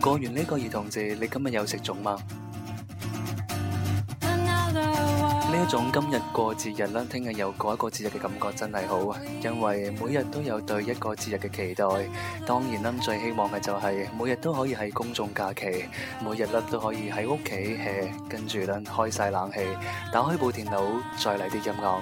過完呢個兒童節，你今日有食粽嗎？呢一種今日過節日啦，聽日又過一個節日嘅感覺真係好啊！因為每日都有對一個節日嘅期待。當然啦，最希望嘅就係每日都可以係公眾假期，每日咧都可以喺屋企 hea， 跟住咧開晒冷氣，打開部電腦，再嚟啲音樂。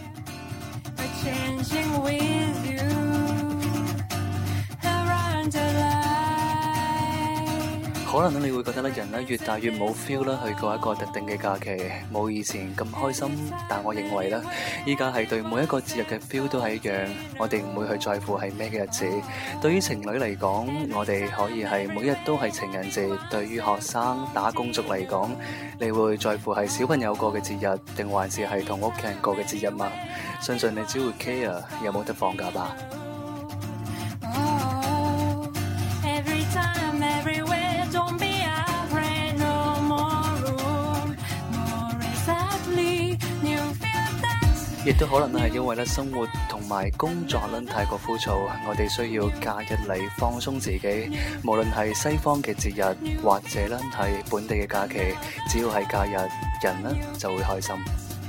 可能你會覺得人越大越冇 feel 啦，去過一個特定嘅假期，冇以前咁開心。但我認為咧，依家係對每一個節日嘅 feel 都係一樣，我哋唔會去在乎係咩嘅日子。對於情侶嚟講，我哋可以係每日都係情人節；對於學生打工族嚟講，你會在乎係小朋友過嘅節日，定還是係同屋企人過嘅節日嘛？相信你只會 care 有冇得放假吧。亦都可能係因為咧生活同埋工作咧太過枯燥，我哋需要假日嚟放鬆自己。無論係西方嘅節日，或者咧係本地嘅假期，只要係假日，人咧就會開心。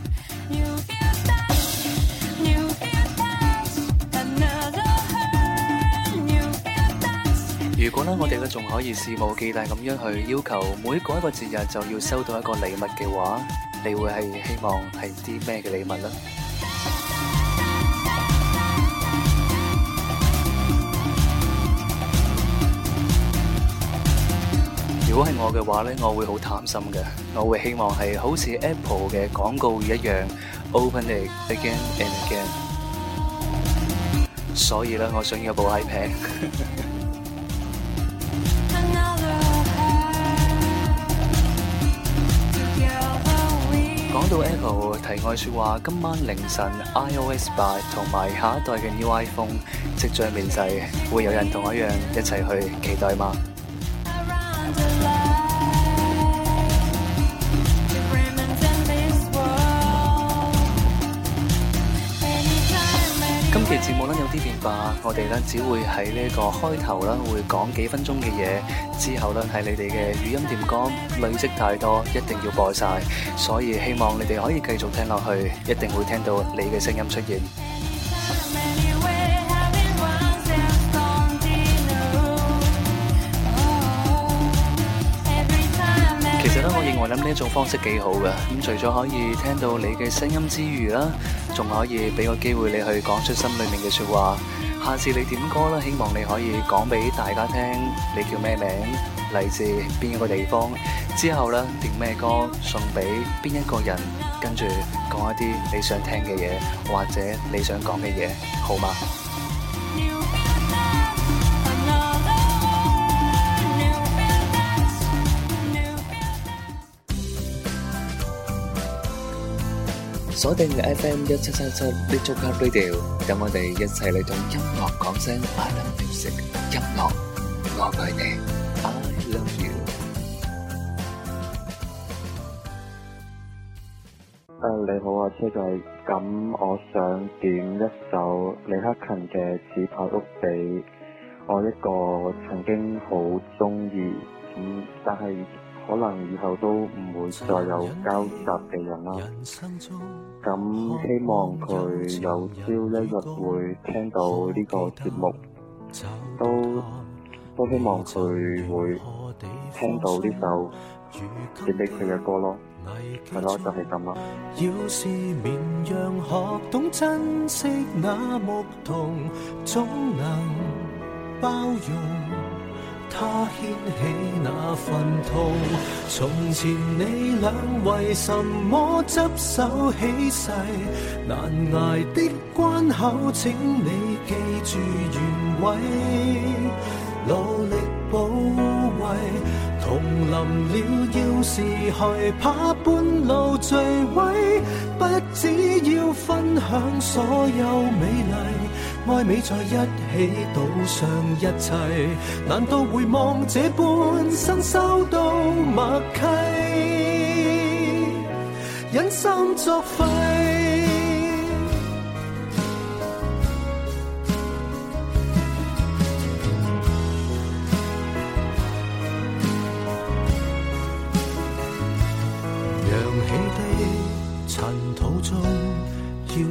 如果咧我哋咧仲可以肆無忌憚咁樣去要求每過一個節日就要收到一個禮物嘅話，你會係希望係啲咩嘅禮物呢？如果係我嘅話咧，我會好貪心嘅，我會希望係好似 Apple 嘅廣告語一樣 ，Open it again and again。所以咧，我想要部 iPad。講到 Apple， 題外說話，今晚凌晨 iOS 8同埋下一代嘅 New iPhone 即將面世，會有人同我一樣一齊去期待嗎？今期節目咧有啲變化，我哋咧只會喺呢個開頭啦，會講幾分鐘嘅嘢，之後咧係你哋嘅語音點歌，累積太多，一定要播晒，所以希望你哋可以繼續聽落去，一定會聽到你嘅聲音出現。其實咧，我認為呢一種方式幾好嘅，咁除咗可以聽到你嘅聲音之餘啦，仲可以俾個機會你去講出心裏面嘅說話。下次你點歌啦，希望你可以講俾大家聽，你叫咩名，嚟自邊一個地方，之後咧點咩歌送俾邊一個人，跟住講一啲你想聽嘅嘢，或者你想講嘅嘢，好嗎？鎖定 FM 1777 Little Car Radio， 等我哋一齊嚟同音樂講聲 I love music， 音樂我愛你 I love you。 你好啊，車仔，咁我想點一首李克勤嘅《紙牌屋》俾我一個曾經好鍾意，但係可能以後都唔會再有交集嘅人啦。咁希望佢有朝一日會聽到呢個節目，都希望佢會聽到呢首點俾佢嘅歌咯。係咯，就係咁啦。 要是綿羊學懂珍惜那牧童，總能包容他掀起那份痛。從前你倆為什麼執手起誓？難捱的關口，請你記住原委，努力保衛。同臨了，要是害怕半路墜毀，不只要分享所有美麗，愛美在一起賭上一切，難道回望這半生收到默契，忍心作廢？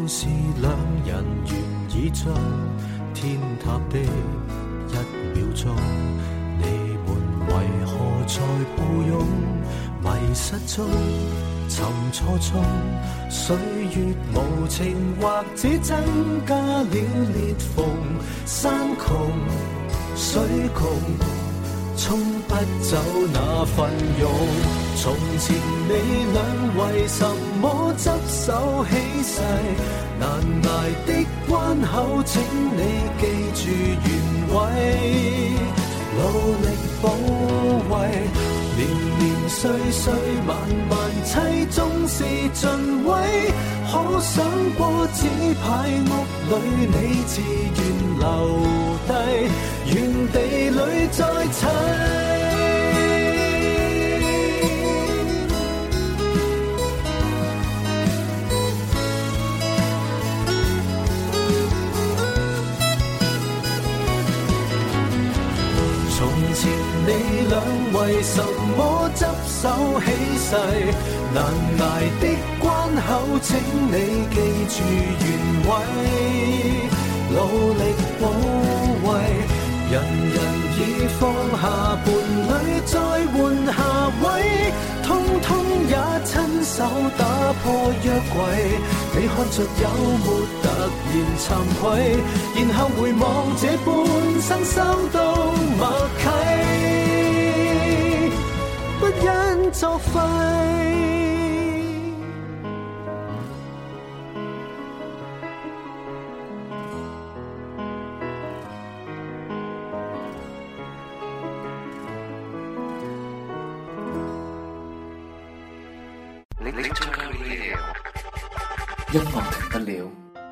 是兩人願意將天塌的一秒鐘，你們為何在抱擁迷失中尋錯中，歲月無情或只增加了裂縫，山窮水窮沖不走那份勇。從前你倆為什麼執手起誓，難捱的關口請你記住原委，努力保衛，年年歲歲萬萬妻總是盡毀，可想過紙牌屋裏你自願留低，原地裏再砌。你倆為什麼執手起誓，難捱的關口請你記住原委，努力保衛，人人已放下伴侶再換下位，通通也親手打破約櫃，你看着有沒突然慚愧，然後回望這半生修到默契，不因作廢。 音樂停不了。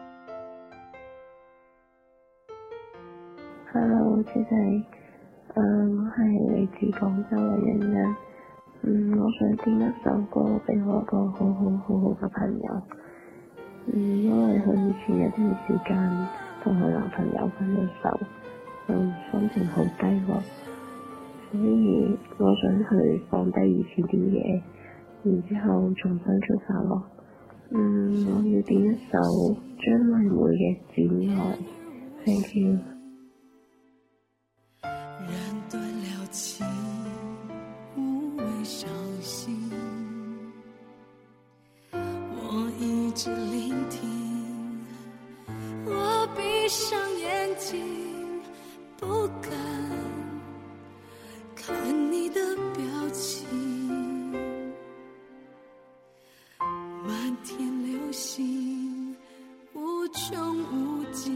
Hello， 其實我係嚟自廣州嘅人啦。我想點一首歌俾我個好好嘅朋友。因為佢以前有段時間同佢男朋友分咗手，心情好低落，所以我想去放低以前啲嘢，然之後重新出發咯。我要點一首張惠妹嘅《剪愛》 ，Thank you。 染斷了情，無謂傷心。我一直聆聽，我閉上眼睛，不敢看你的表情。漫天流星，無窮無盡。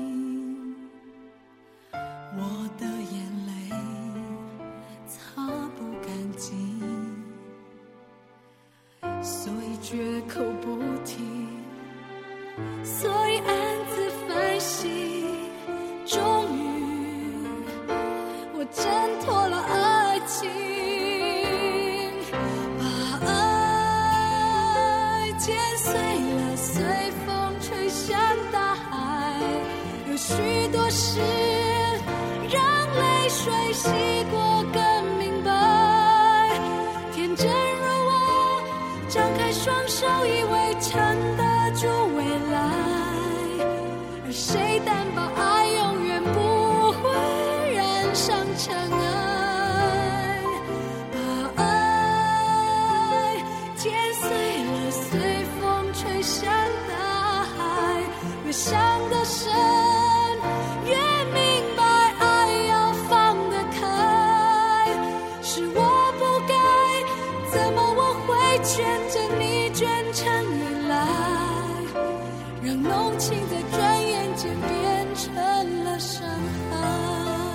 我的眼淚擦不乾淨，所以絕口不提，所以暗自反省。終於，我掙脫了愛情。剪碎了，隨風吹向大海，有許多事讓淚水洗過更明白。天真如我，張開雙手以為撐得住未來，而誰擔保愛永遠不會染上塵埃，把愛剪碎了，隨風吹向大海，越想得深，越明白愛要放得開。是我不該，怎麼我會牽着你捲成依賴，讓濃情在轉眼間變成了傷害。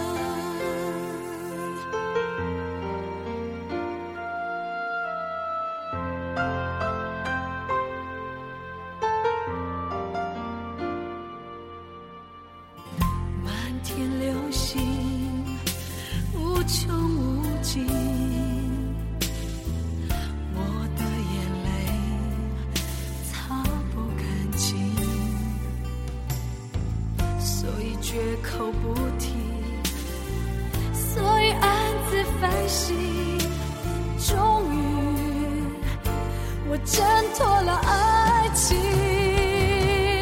絕口不提，所以暗自反省。終於，我掙脫了愛情。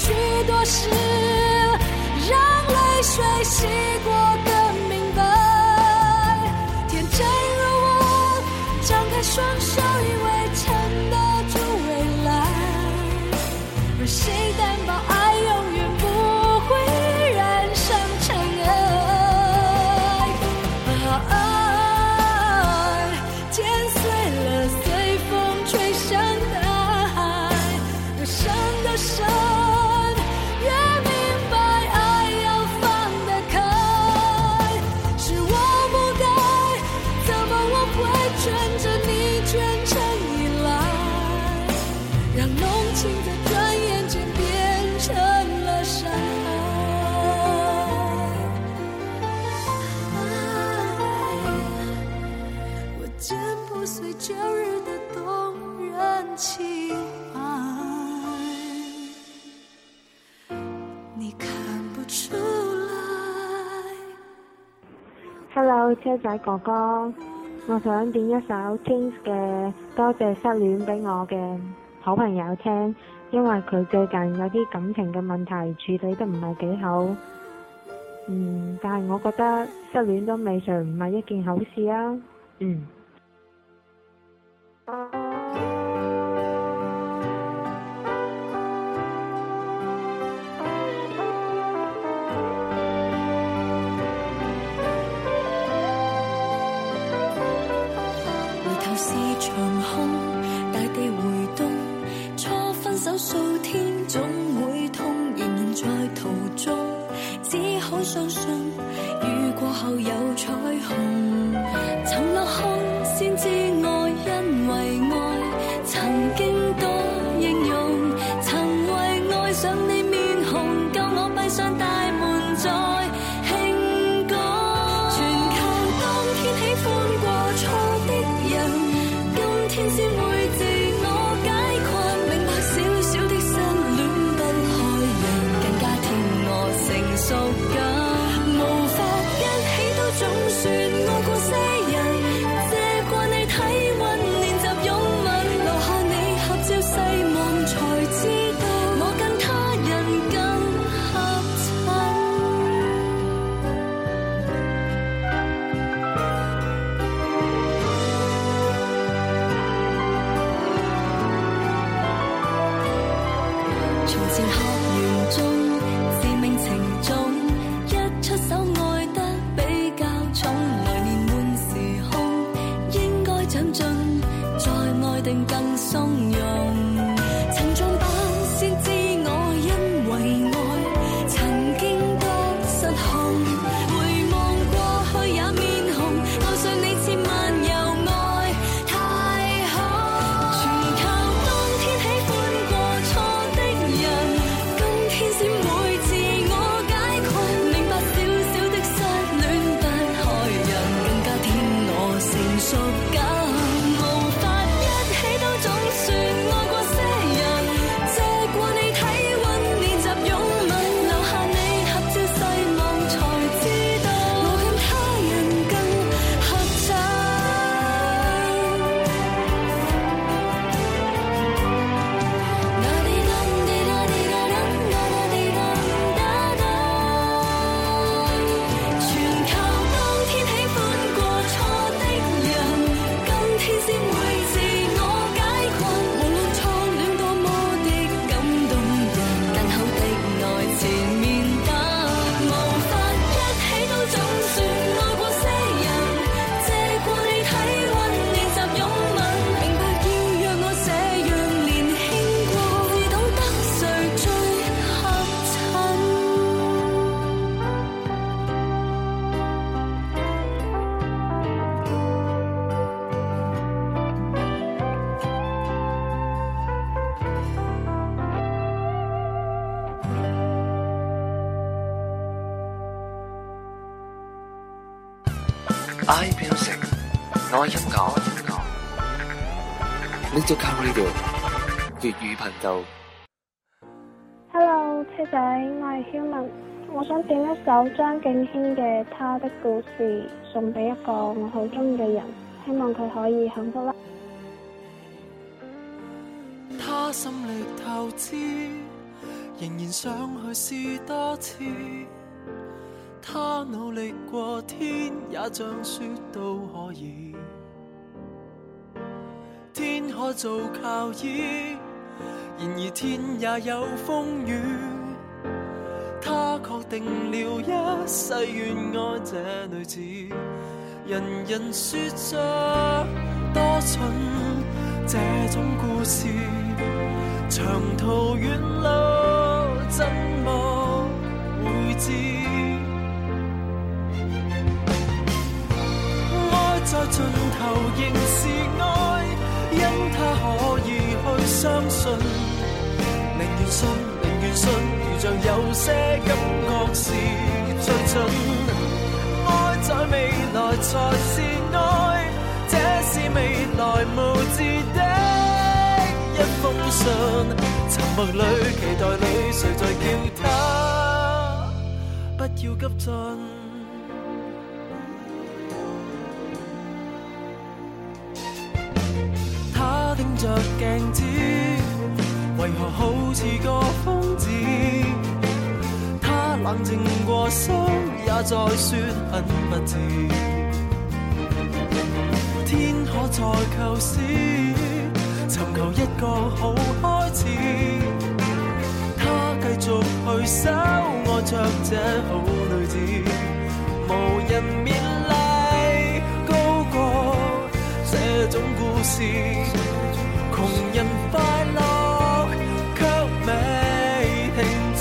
许多事让泪水洗过更明白。天真如我，张开双手以为撑得住未来，而谁担保爱永远不会染上尘埃？爱剪碎了随风吹向大海，越伤得深越明白爱要放得开。是我不该，怎么我会卷着你卷成依赖，让浓情在转眼间变成了伤害。我剪不碎旧日的动人情怀，你看不出来。 Hello， 車仔哥哥，我想點一首 Twins 嘅《多謝失戀》俾我嘅好朋友聽，因為佢最近有啲感情嘅問題處理得唔係幾好。但係我覺得失戀都未嘗唔係一件好事啊。 回頭是長空，大地回動，初分手數天總會痛，仍然在途中，只好相信雨過後有彩虹。曾落空先知愛，因為愛曾經多英勇，曾為愛上你面紅，救我閉上大門再慶歌。全靠當天喜歡過錯的人，今天先會自我解困，明白小小的失戀不害人，更加添我成熟感。無法一起都總算愛過些人，借過你體溫練習擁吻，留下你合照細望才知道，我跟他人更合襯。從前學園中自命情重，一出手愛得比較重，來年換時空應該長進，再愛定更鬆容。曾撞板先知我因為愛曾經多失控，回望過去也面紅，愛上你千萬又愛太好。全靠當天喜歡過錯的人，今天先會自我解困，明白小小的失戀不害人，更加添我成熟感。無法一起都總算愛過些人，借過你體溫練習擁吻，留下你合照細望才知道，我跟他人更合襯。全靠當天喜歡過錯的人，今天先會自我解困，無論初戀多麼的感動人，更好的愛前面等。無法一起都總算愛過些人，借過你體溫練習擁吻，明白要讓我這樣年輕過，只懂得誰最合襯。 I Music， 愛音樂，Little Car Radio 粵語頻道。 Hello， 車仔，我係 Human， 我想點一首張敬軒嘅《他的故事》送俾一個我好中意嘅人，希望佢可以幸福啦。 他心力透支， 仍然想去試多次。他努力過天，也像說都可以。天可做靠倚，然而天也有風雨。他確定了一世願愛這女子，人人說着多蠢這種故事，長途遠路怎麼會知？愛在盡頭仍是愛，因他可以去相信，寧願信寧願信，如像有些感覺是最準。愛在未來才是愛，這是未來無字的一封信。沉默裏期待裏，誰在叫他不要急進？他盯着鏡子，為何好似個瘋子？他冷靜過心，也在說很不智。天可再構思，尋求一個好開始。他繼續去守，愛着這好女子，無人勉勵高過這種故事。窮人快樂卻未停止。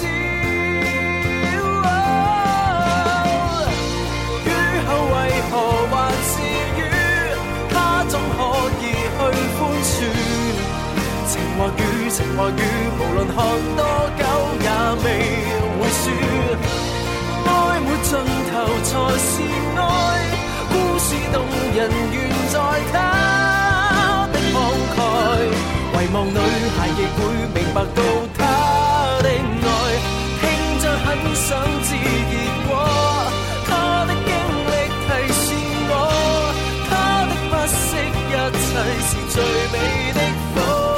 雨後為何還是雨？他總可以去寬恕。情或雨，情或雨，無論看多久也未會輸。愛沒盡頭才是愛，故事動人緣在他的慷慨。遺忘女孩亦會明白到他的愛，聽着很想知結果。他的經歷提示我，他的不惜一切是最美的火。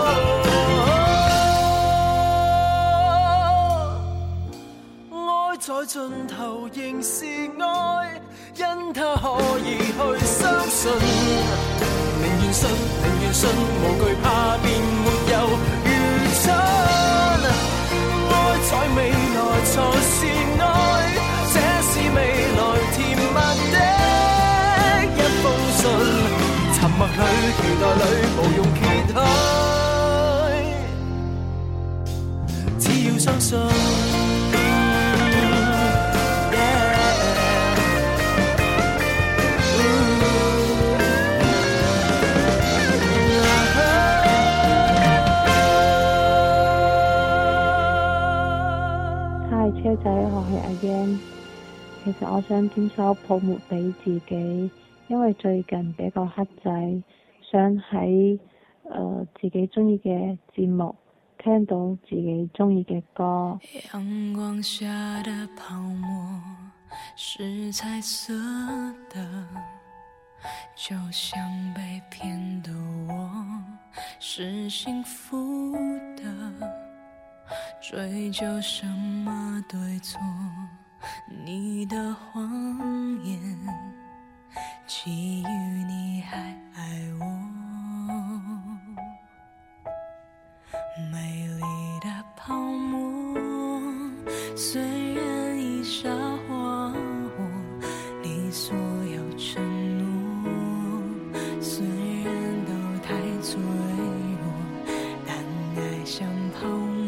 愛在盡頭仍是愛，因他可以去相信。寧願信寧願信，無懼怕便沒有愚蠢。愛在未來才是愛，這是未來甜蜜的一封信。沉默裏期待裏無用揭開，只要相信。 車仔，我係阿 Yan。其實我想點首泡沫俾自己，因為最近比較黑仔，想喺自己中意嘅節目聽到自己中意嘅歌。 陽光下的泡沫是彩色的，就像被騙的我是幸福的。追究什麼對錯，你的謊言基於你還愛我。美麗的泡沫雖然已沙化我，你所有承諾雖然都太脆弱，但愛像泡沫，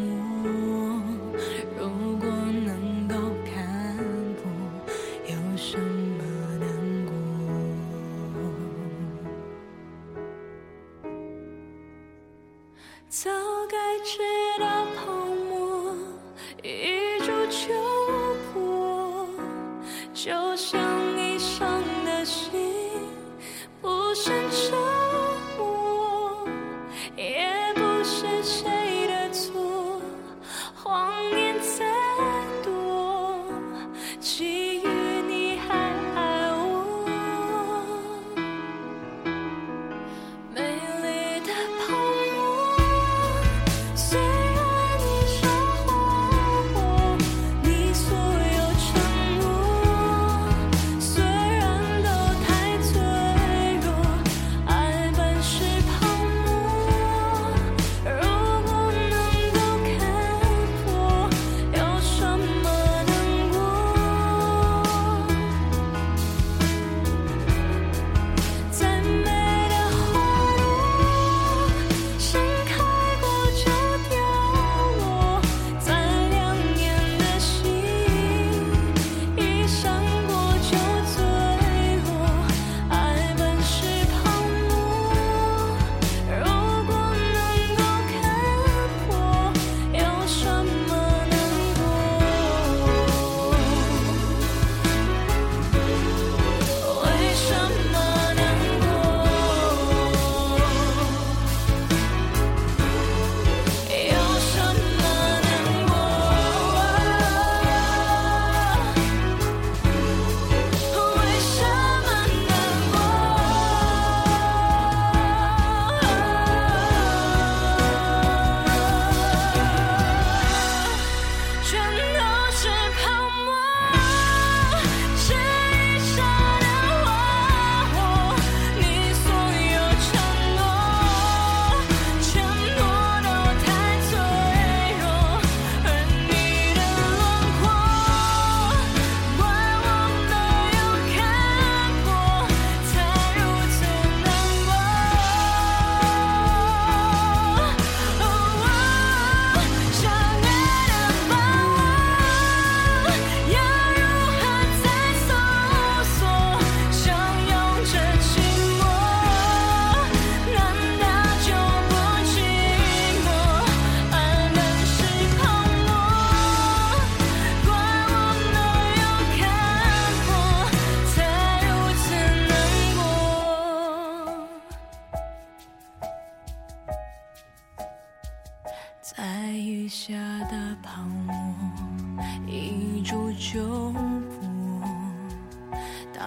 早該知道泡沫一觸就破，就像一傷的心不是沉默，也不是誰的錯，謊言再多，基於你還愛我。美麗的泡沫雖然已沙化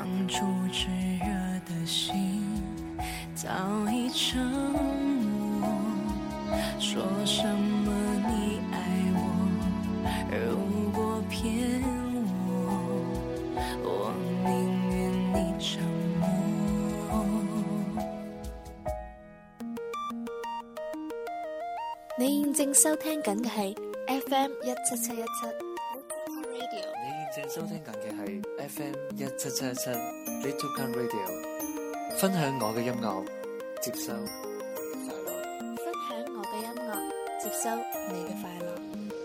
当初炙热的心早已沉默，说什么你爱我，如果骗我宁愿你沉默。 你現正收聽緊嘅係 FM 17717 Radio。 你現正收聽緊嘅係 FM 17717 Little Can Radio。分享我嘅音樂，接收快樂。 分享我嘅音樂，接收你嘅快樂。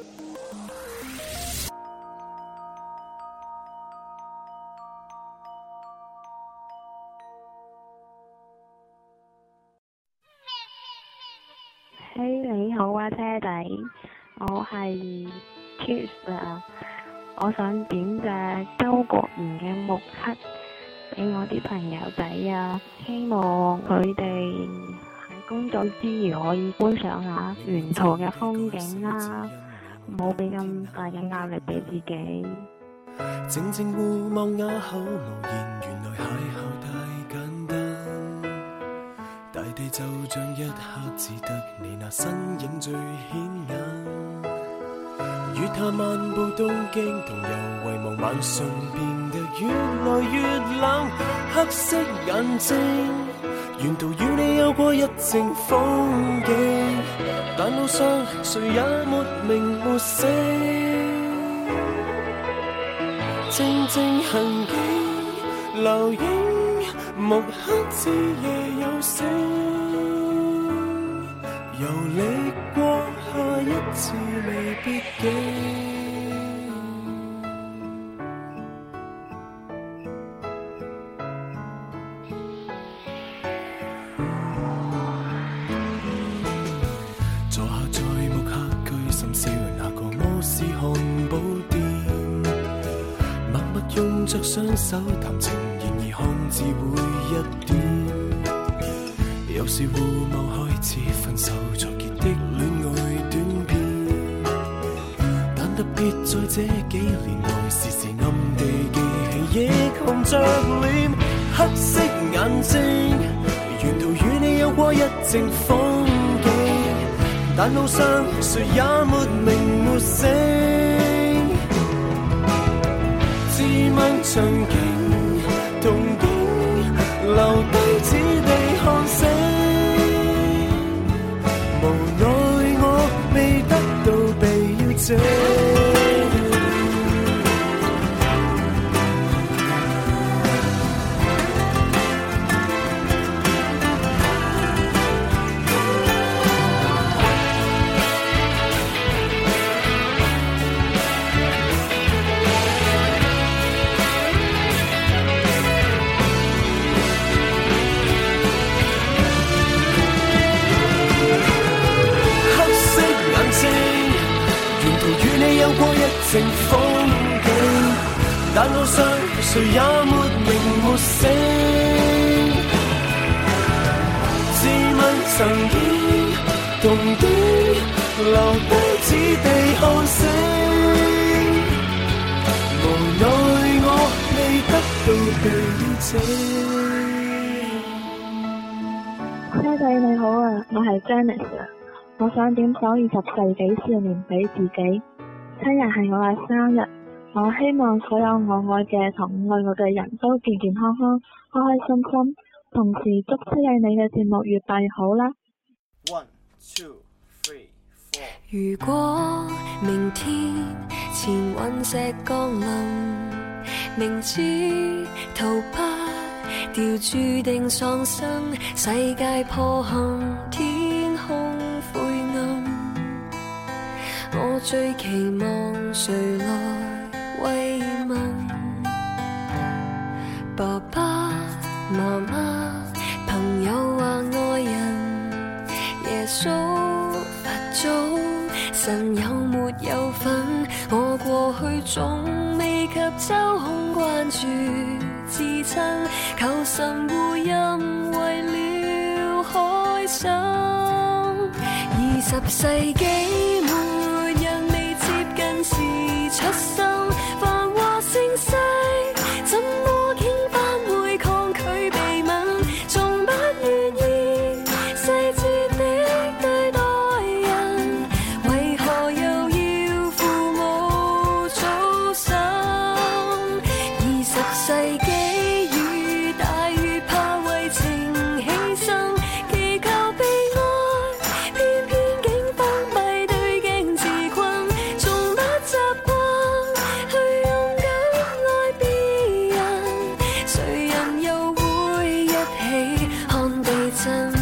嘿，你好啊，車仔，我係 Kiss 啊，我想點隻周國賢嘅木刻俾我啲朋友仔啊，希望佢哋喺工作之餘可以觀賞下沿途嘅風景啦，唔好俾咁大嘅壓力俾自己。 靜靜互望啞口無言，原來邂逅太簡單，大地就像一刻只得你那身影最顯眼，月下漫步東京，同遊遺忘晚上變得越來越冷，黑色眼睛沿途與你有過一程風景，但路上誰也沒名沒姓，靜靜行徑留影，木刻之夜有聲，遊歷過下一次未必經。坐下在木刻區深宵那個摩斯漢堡店，默默用着雙手談情，然而看字會一點，有時互望開始分手才結的戀愛短片，但特別在這幾年內時時暗地記起亦紅着臉，黑色眼睛沿途與你有過一程風景，但路上誰也沒名沒姓，自問場景同景留低此地看星，無奈我未得到被邀請。有過一程風景，但路上誰也沒名沒姓，自問曾經同的留低此地看星，無奈我未得到被邀請。 車仔你好啊，我係 Janice 啊，我想點首20世紀少年俾自己。聽日係我嘅生日，我希望所有我愛嘅同愛我嘅人都健健康康、開開心心，同時祝福你嘅節目越辦越好啦。 1, 2, 3, 4。 如果明天前隕石降臨，明知逃不掉注定喪生，世界破陷，天空灰暗。我最期望誰來慰問？爸爸媽媽朋友或愛人，耶穌佛祖神有沒有份？我過去總未及抽空關注至親，求神護蔭為了開心。20世紀沒人未接近時出生，繁華盛世怎麼竟翻己遇大雨，怕為情犧牲，祈求被愛，偏偏竟封閉對鏡自困，從不習慣去勇敢愛別人，誰人又會一起看地震？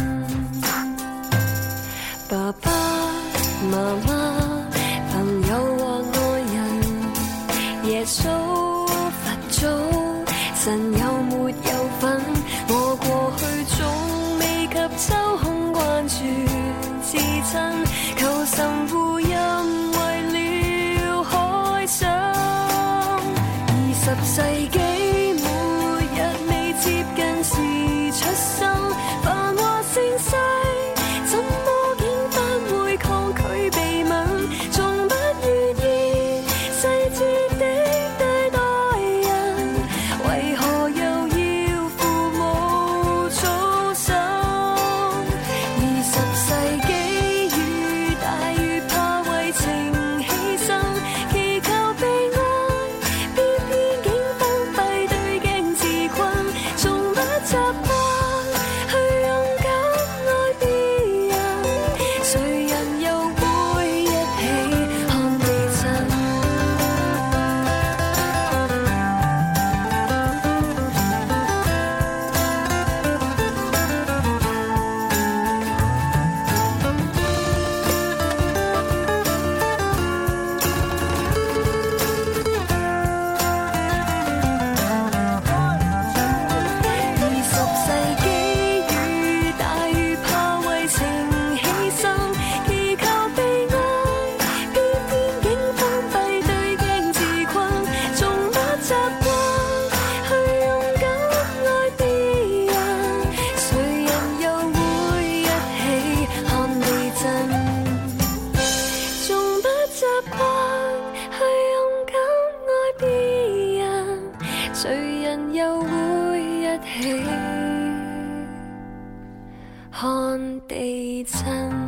爸爸媽媽朋友或愛人，耶穌佛祖，神有沒有份？我過去總未及抽空關注至親，求神護蔭為了開心。20世紀末日未接近時出生，繁華盛世怎麼竟不會抗拒被吻？從不願意細緻的對待人，為何又要父母操心？20世紀遇大雨，怕為情犧牲，祈求被愛，偏偏竟封閉對鏡自困，從不習慣去勇敢愛別人，誰人又會一起看地震？20世紀遇大雨，怕為情犧牲，祈求被愛，偏偏竟封閉對鏡自困，從不習慣去勇敢愛別人，誰人又會一起看地震？從不習慣去勇敢愛別人，誰人又會一起看地震？